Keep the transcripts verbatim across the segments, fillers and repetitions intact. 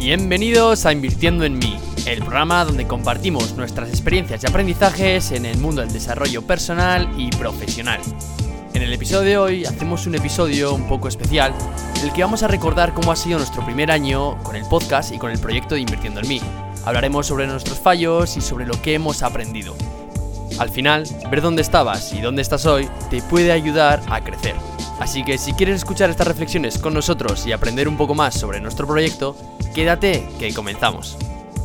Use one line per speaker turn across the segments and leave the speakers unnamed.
Bienvenidos a Invirtiendo en Mí, el programa donde compartimos nuestras experiencias y aprendizajes en el mundo del desarrollo personal y profesional. En el episodio de hoy hacemos un episodio un poco especial en el que vamos a recordar cómo ha sido nuestro primer año con el podcast y con el proyecto de Invirtiendo en Mí. Hablaremos sobre nuestros fallos y sobre lo que hemos aprendido. Al final, ver dónde estabas y dónde estás hoy te puede ayudar a crecer. Así que si quieres escuchar estas reflexiones con nosotros y aprender un poco más sobre nuestro proyecto, quédate que comenzamos.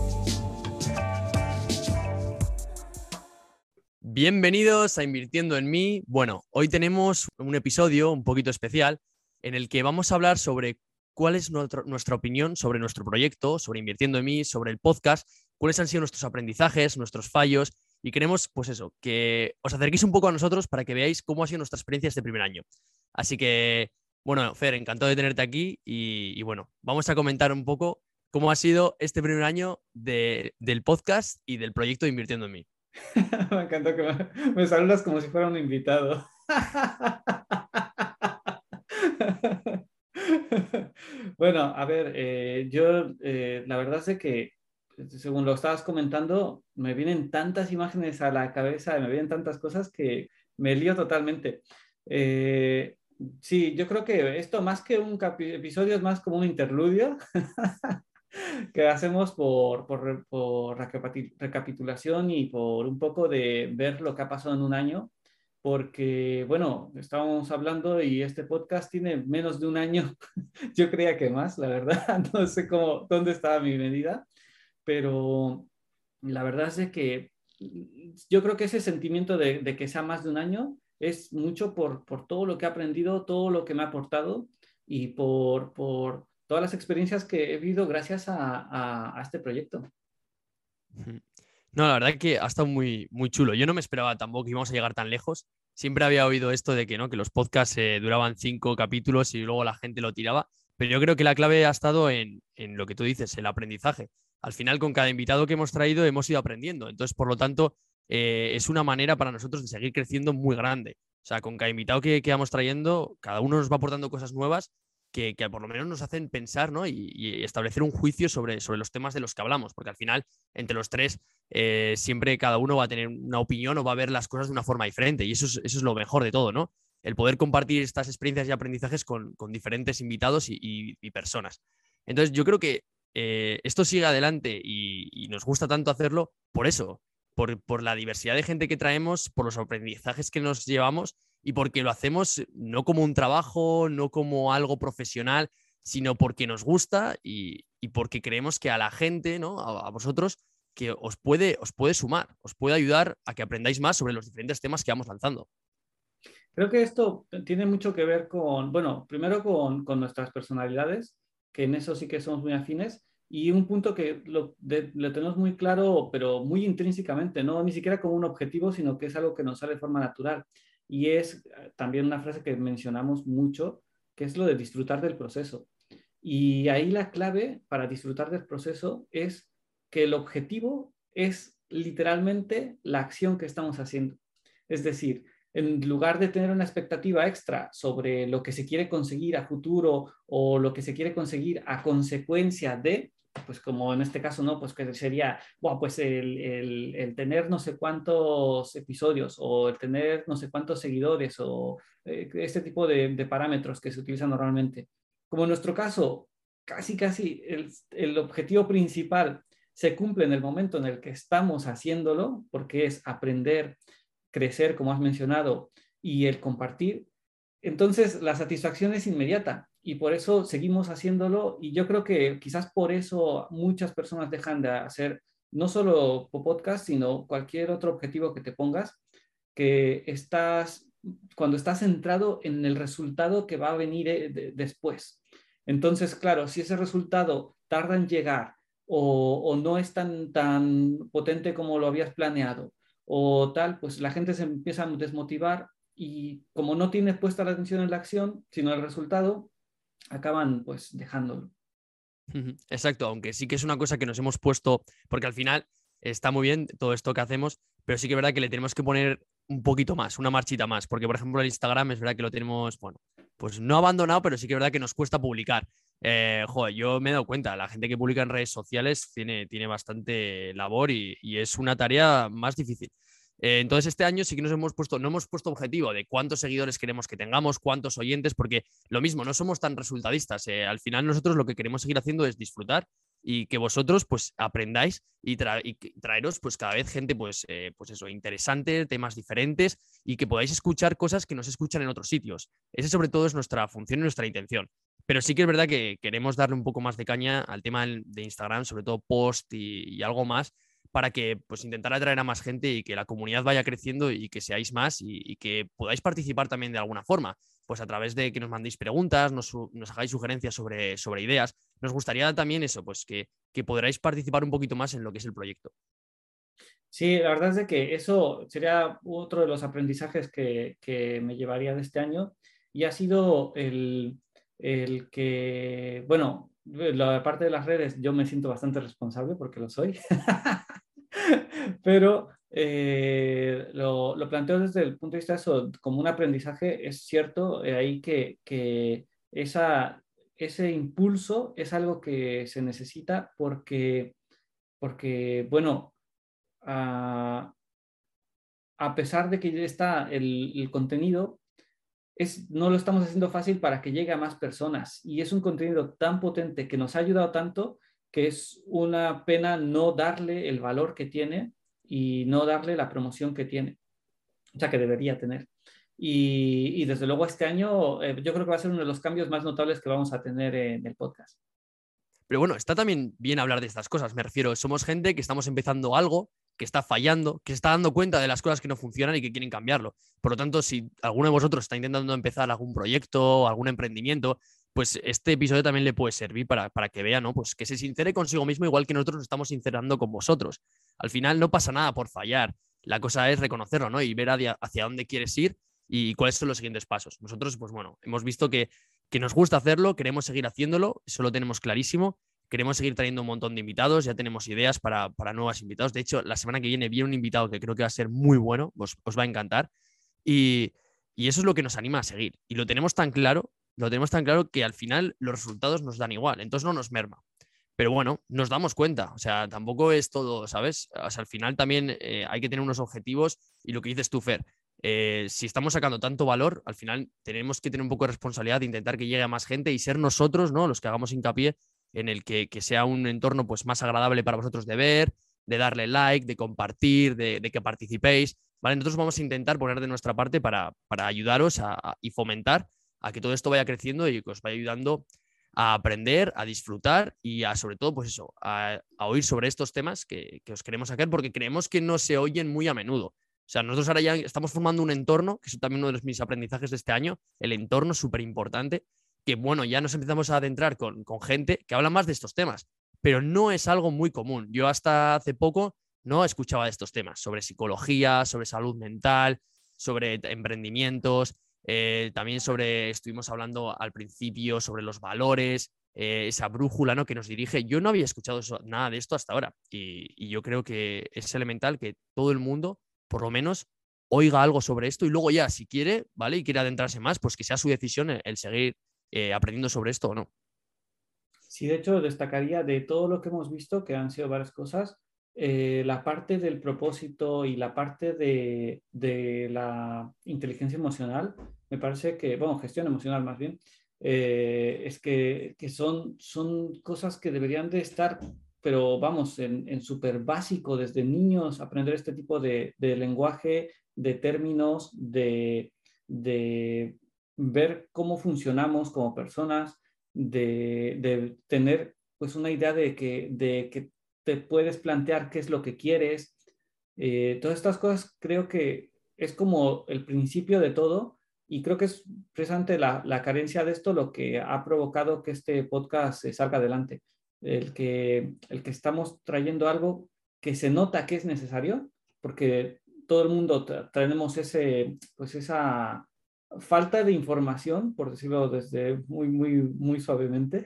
Bienvenidos a Invirtiendo en Mí. Bueno, hoy tenemos un episodio un poquito especial en el que vamos a hablar sobre cuál es nuestro, nuestra opinión sobre nuestro proyecto, sobre Invirtiendo en Mí, sobre el podcast, cuáles han sido nuestros aprendizajes, nuestros fallos, y queremos, pues eso, que os acerquéis un poco a nosotros para que veáis cómo ha sido nuestra experiencia este primer año. Así que, bueno, Fer, encantado de tenerte aquí y, y bueno, vamos a comentar un poco cómo ha sido este primer año de, del podcast y del proyecto de Invirtiendo en Mí.
Me encantó que me, me saludas como si fuera un invitado. Bueno, a ver, eh, yo eh, la verdad es que según lo estabas comentando, me vienen tantas imágenes a la cabeza, me vienen tantas cosas que me lío totalmente. Eh, sí, yo creo que esto más que un capi- episodio es más como un interludio que hacemos por, por, por recapati- recapitulación y por un poco de ver lo que ha pasado en un año, porque, bueno, estábamos hablando y este podcast tiene menos de un año, yo creía que más, la verdad, no sé cómo, dónde estaba mi medida, pero la verdad es de que yo creo que ese sentimiento de, de que sea más de un año es mucho por, por todo lo que he aprendido, todo lo que me ha aportado y por, por todas las experiencias que he vivido gracias a, a, a este proyecto.
No, la verdad que ha estado muy, muy chulo. Yo no me esperaba tampoco que íbamos a llegar tan lejos. Siempre había oído esto de que, ¿no? que los podcasts eh, duraban cinco capítulos y luego la gente lo tiraba. Pero yo creo que la clave ha estado en, en lo que tú dices, el aprendizaje. Al final, con cada invitado que hemos traído, hemos ido aprendiendo. Entonces, por lo tanto, eh, es una manera para nosotros de seguir creciendo muy grande. O sea, con cada invitado que, que vamos trayendo, cada uno nos va aportando cosas nuevas que, que por lo menos nos hacen pensar, ¿no? y, y establecer un juicio sobre, sobre los temas de los que hablamos. Porque al final, entre los tres, eh, siempre cada uno va a tener una opinión o va a ver las cosas de una forma diferente. Y eso es, eso es lo mejor de todo, ¿no? El poder compartir estas experiencias y aprendizajes con, con diferentes invitados y, y, y, personas. Entonces, yo creo que eh, esto sigue adelante y, y nos gusta tanto hacerlo por eso, por, por la diversidad de gente que traemos, por los aprendizajes que nos llevamos y porque lo hacemos no como un trabajo, no como algo profesional, sino porque nos gusta y, y porque creemos que a la gente, ¿no? a, a vosotros, que os puede, os puede sumar, os puede ayudar a que aprendáis más sobre los diferentes temas que vamos lanzando.
Creo que esto tiene mucho que ver con, bueno, primero con, con nuestras personalidades, que en eso sí que somos muy afines, y un punto que lo, de, lo tenemos muy claro, pero muy intrínsecamente, no ni siquiera como un objetivo, sino que es algo que nos sale de forma natural. Y es también una frase que mencionamos mucho, que es lo de disfrutar del proceso. Y ahí la clave para disfrutar del proceso es que el objetivo es literalmente la acción que estamos haciendo. Es decir, en lugar de tener una expectativa extra sobre lo que se quiere conseguir a futuro o lo que se quiere conseguir a consecuencia de, pues como en este caso, ¿no? Pues que sería, wow, pues el, el, el tener no sé cuántos episodios o el tener no sé cuántos seguidores o eh, este tipo de, de parámetros que se utilizan normalmente. Como en nuestro caso, casi, casi el, el objetivo principal se cumple en el momento en el que estamos haciéndolo, porque es aprender, crecer, como has mencionado, y el compartir, entonces la satisfacción es inmediata y por eso seguimos haciéndolo y yo creo que quizás por eso muchas personas dejan de hacer no solo podcast, sino cualquier otro objetivo que te pongas, que estás, cuando estás centrado en el resultado que va a venir de, después. Entonces, claro, si ese resultado tarda en llegar o, o no es tan, tan potente como lo habías planeado, o tal, pues la gente se empieza a desmotivar y como no tienes puesta la atención en la acción, sino el resultado, acaban pues dejándolo.
Exacto, aunque sí que es una cosa que nos hemos puesto, porque al final está muy bien todo esto que hacemos, pero sí que es verdad que le tenemos que poner un poquito más, una marchita más, porque por ejemplo el Instagram es verdad que lo tenemos, bueno, pues no abandonado, pero sí que es verdad que nos cuesta publicar. Eh, joder, yo me he dado cuenta, la gente que publica en redes sociales tiene, tiene bastante labor y, y es una tarea más difícil. Eh, entonces, este año sí que nos hemos puesto, no hemos puesto objetivo de cuántos seguidores queremos que tengamos, cuántos oyentes, porque lo mismo, no somos tan resultadistas. Eh, al final, nosotros lo que queremos seguir haciendo es disfrutar y que vosotros pues aprendáis y, tra y traeros pues cada vez gente pues, eh, pues eso, interesante, temas diferentes y que podáis escuchar cosas que no se escuchan en otros sitios. Ese sobre todo es nuestra función y nuestra intención. Pero sí que es verdad que queremos darle un poco más de caña al tema de Instagram, sobre todo post y, y algo más, para que pues intentar atraer a más gente y que la comunidad vaya creciendo y que seáis más y, y que podáis participar también de alguna forma, pues a través de que nos mandéis preguntas, nos, nos hagáis sugerencias sobre, sobre ideas. Nos gustaría también eso, pues que, que podráis participar un poquito más en lo que es el proyecto.
Sí, la verdad es de que eso sería otro de los aprendizajes que, que me llevaría de este año y ha sido el, el que, bueno, la parte de las redes yo me siento bastante responsable porque lo soy, pero eh, lo, lo planteo desde el punto de vista de eso, como un aprendizaje. Es cierto eh, ahí que, que esa, ese impulso es algo que se necesita porque, porque bueno, a, a pesar de que ya está el, el contenido, es, no lo estamos haciendo fácil para que llegue a más personas. Y es un contenido tan potente que nos ha ayudado tanto que es una pena no darle el valor que tiene y no darle la promoción que tiene, o sea, que debería tener. Y, y desde luego este año eh, yo creo que va a ser uno de los cambios más notables que vamos a tener en el podcast.
Pero bueno, está también bien hablar de estas cosas. Me refiero, somos gente que estamos empezando algo, que está fallando, que se está dando cuenta de las cosas que no funcionan y que quieren cambiarlo. Por lo tanto, si alguno de vosotros está intentando empezar algún proyecto, algún emprendimiento, pues este episodio también le puede servir para, para que vea, ¿no? Pues que se sincere consigo mismo igual que nosotros nos estamos sincerando con vosotros. Al final no pasa nada por fallar. La cosa es reconocerlo, ¿no? Y ver hacia, hacia dónde quieres ir y cuáles son los siguientes pasos. Nosotros, pues bueno, hemos visto que que nos gusta hacerlo, queremos seguir haciéndolo, eso lo tenemos clarísimo. Queremos seguir trayendo un montón de invitados, ya tenemos ideas para, para nuevos invitados. De hecho, la semana que viene viene un invitado que creo que va a ser muy bueno, os, os va a encantar. Y, y eso es lo que nos anima a seguir. Y lo tenemos tan claro, lo tenemos tan claro que al final los resultados nos dan igual, entonces no nos merma. Pero bueno, nos damos cuenta, o sea, tampoco es todo, ¿sabes? O sea, al final también eh, hay que tener unos objetivos y lo que dices tú, Fer, eh, si estamos sacando tanto valor, al final tenemos que tener un poco de responsabilidad de intentar que llegue a más gente y ser nosotros, ¿no? Los que hagamos hincapié en el que, que sea un entorno pues más agradable para vosotros de ver, de darle like, de compartir, de, de que participéis, ¿vale? Nosotros vamos a intentar poner de nuestra parte para, para ayudaros a, a, y fomentar a que todo esto vaya creciendo y que os vaya ayudando a aprender, a disfrutar y a, sobre todo, pues eso, a, a oír sobre estos temas que, que os queremos sacar porque creemos que no se oyen muy a menudo. O sea, nosotros ahora ya estamos formando un entorno, que es también uno de mis aprendizajes de este año, el entorno súper importante, que bueno, ya nos empezamos a adentrar con, con gente que habla más de estos temas, pero no es algo muy común. Yo hasta hace poco no escuchaba de estos temas, sobre psicología, sobre salud mental, sobre emprendimientos, eh, también sobre, estuvimos hablando al principio sobre los valores, eh, esa brújula, ¿no?, que nos dirige. Yo no había escuchado eso, nada de esto hasta ahora y, y yo creo que es elemental que todo el mundo, por lo menos, oiga algo sobre esto y luego ya, si quiere, ¿vale? Y quiere adentrarse más, pues que sea su decisión el, el seguir eh, aprendiendo sobre esto o no.
Sí, de hecho, destacaría de todo lo que hemos visto, que han sido varias cosas, eh, la parte del propósito y la parte de, de la inteligencia emocional, me parece que, bueno, gestión emocional más bien, eh, es que, que son, son cosas que deberían de estar, pero vamos, en, en súper básico, desde niños, aprender este tipo de, de lenguaje, de términos, de, de ver cómo funcionamos como personas, de, de tener pues una idea de que, de que te puedes plantear qué es lo que quieres. Eh, todas estas cosas creo que es como el principio de todo y creo que es precisamente la, la carencia de esto lo que ha provocado que este podcast se salga adelante. El que, el que estamos trayendo algo que se nota que es necesario, porque todo el mundo tra tenemos ese, pues esa falta de información, por decirlo desde muy, muy, muy suavemente,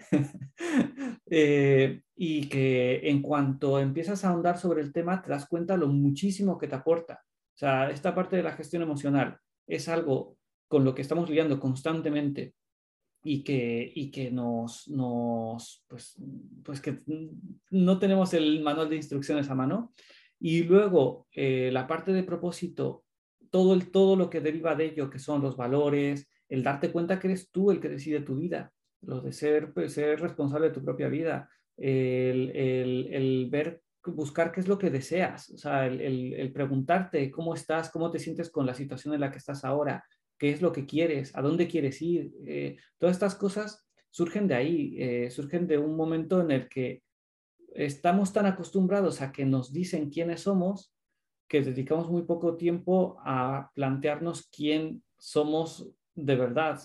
eh, y que en cuanto empiezas a ahondar sobre el tema, te das cuenta lo muchísimo que te aporta. O sea, esta parte de la gestión emocional es algo con lo que estamos lidiando constantemente y que, y que nos, nos pues, pues que no tenemos el manual de instrucciones a mano. Y luego eh, la parte de propósito, todo, el, todo lo que deriva de ello, que son los valores, el darte cuenta que eres tú el que decide tu vida, lo de ser, pues, ser responsable de tu propia vida, el, el, el ver, buscar qué es lo que deseas, o sea, el, el, el preguntarte cómo estás, cómo te sientes con la situación en la que estás ahora, qué es lo que quieres, a dónde quieres ir. Eh, todas estas cosas surgen de ahí, eh, surgen de un momento en el que estamos tan acostumbrados a que nos dicen quiénes somos que dedicamos muy poco tiempo a plantearnos quién somos de verdad.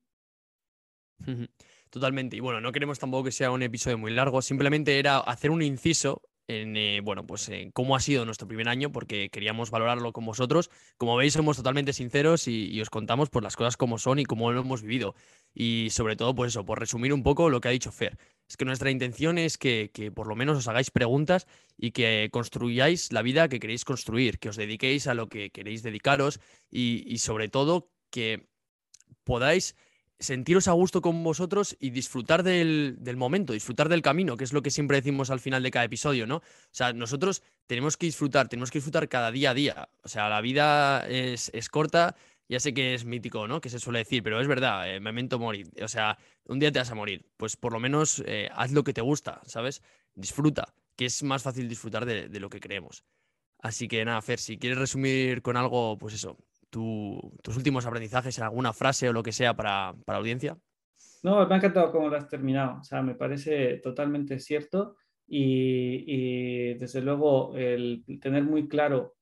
Totalmente. Y bueno, no queremos tampoco que sea un episodio muy largo, simplemente era hacer un inciso en, eh, bueno, pues en cómo ha sido nuestro primer año, porque queríamos valorarlo con vosotros. Como veis, somos totalmente sinceros y, y os contamos pues, las cosas como son y cómo lo hemos vivido. Y sobre todo, pues eso, por resumir un poco lo que ha dicho Fer. Es que nuestra intención es que, que por lo menos os hagáis preguntas y que construyáis la vida que queréis construir, que os dediquéis a lo que queréis dedicaros y, y sobre todo que podáis sentiros a gusto con vosotros y disfrutar del, del momento, disfrutar del camino, que es lo que siempre decimos al final de cada episodio, ¿no? O sea, nosotros tenemos que disfrutar, tenemos que disfrutar cada día a día. O sea, la vida es, es corta, ya sé que es mítico, ¿no? Que se suele decir, pero es verdad, eh, memento mori. O sea, un día te vas a morir. Pues por lo menos eh, haz lo que te gusta, ¿sabes? Disfruta, que es más fácil disfrutar de, de lo que creemos. Así que nada, Fer, si quieres resumir con algo, pues eso, tu, tus últimos aprendizajes en alguna frase o lo que sea para, para la audiencia.
No, me ha encantado cómo lo has terminado. O sea, me parece totalmente cierto y, y desde luego el tener muy claro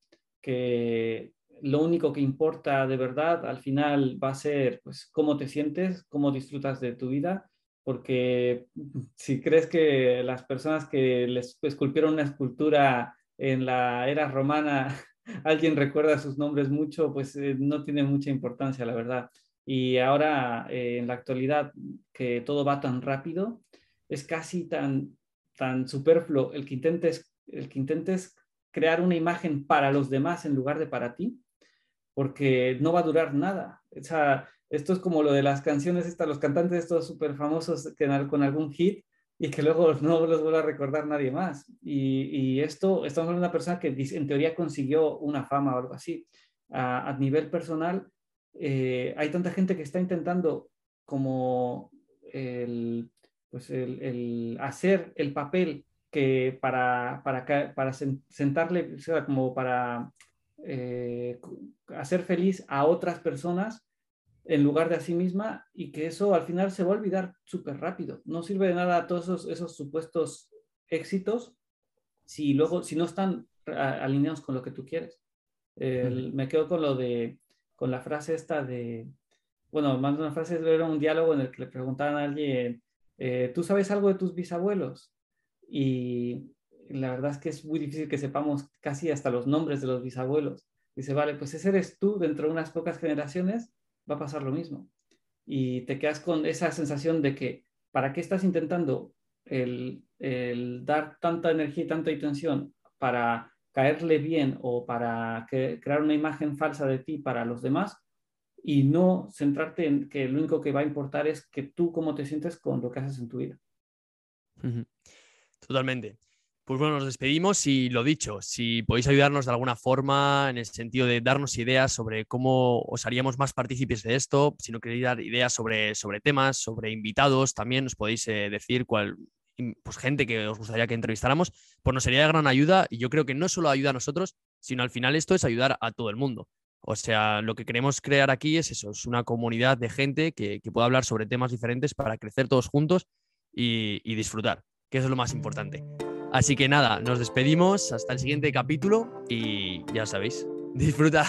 que lo único que importa de verdad al final va a ser pues cómo te sientes, cómo disfrutas de tu vida, porque si crees que las personas que les esculpieron una escultura en la era romana, alguien recuerda sus nombres mucho, pues eh, no tiene mucha importancia, la verdad. Y ahora, eh, en la actualidad, que todo va tan rápido, es casi tan, tan superfluo el que intentes, el que intentes crear una imagen para los demás en lugar de para ti, porque no va a durar nada. O sea, esto es como lo de las canciones, estas, los cantantes estos súper famosos que, con algún hit y que luego no los vuelve a recordar nadie más. Y, y esto, estamos hablando de una persona que en teoría consiguió una fama o algo así. A, a nivel personal, eh, hay tanta gente que está intentando como el, pues el, el hacer el papel que para, para, para sentarle, o sea, como para eh, hacer feliz a otras personas en lugar de a sí misma, y que eso al final se va a olvidar súper rápido. No sirve de nada todos esos, esos supuestos éxitos si luego, si no están alineados con lo que tú quieres. El, uh-huh. Me quedo con lo de, con la frase esta de, bueno, más de una frase, era un diálogo en el que le preguntaban a alguien, eh, ¿tú sabes algo de tus bisabuelos? Y la verdad es que es muy difícil que sepamos casi hasta los nombres de los bisabuelos. Dice, vale, pues ese eres tú, dentro de unas pocas generaciones va a pasar lo mismo. Y te quedas con esa sensación de que, ¿para qué estás intentando el, el dar tanta energía y tanta intención para caerle bien o para que, crear una imagen falsa de ti para los demás y no centrarte en que lo único que va a importar es que tú cómo te sientes con lo que haces en tu vida?
Uh-huh. Totalmente. Pues bueno, nos despedimos y lo dicho, si podéis ayudarnos de alguna forma en el sentido de darnos ideas sobre cómo os haríamos más partícipes de esto, si no queréis dar ideas sobre, sobre temas, sobre invitados, también nos podéis eh, decir cuál, pues gente que os gustaría que entrevistáramos, pues nos sería de gran ayuda y yo creo que no solo ayuda a nosotros, sino al final esto es ayudar a todo el mundo. O sea, lo que queremos crear aquí es eso, es una comunidad de gente que, que pueda hablar sobre temas diferentes para crecer todos juntos y, y disfrutar, que eso es lo más importante. Así que nada, nos despedimos hasta el siguiente capítulo y ya sabéis, disfruta.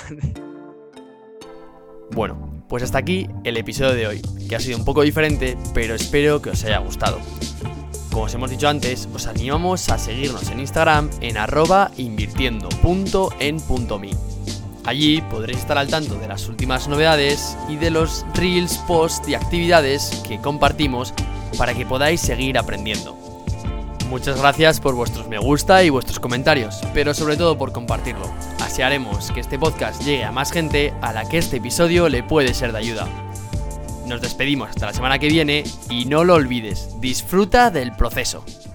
Bueno, pues hasta aquí el episodio de hoy, que ha sido un poco diferente, pero espero que os haya gustado. Como os hemos dicho antes, os animamos a seguirnos en Instagram en arroba invirtiendo punto en punto me. Allí podréis estar al tanto de las últimas novedades y de los reels, posts y actividades que compartimos para que podáis seguir aprendiendo. Muchas gracias por vuestros me gusta y vuestros comentarios, pero sobre todo por compartirlo. Así haremos que este podcast llegue a más gente a la que este episodio le puede ser de ayuda. nos despedimos hasta la semana que viene y no lo olvides, disfruta del proceso.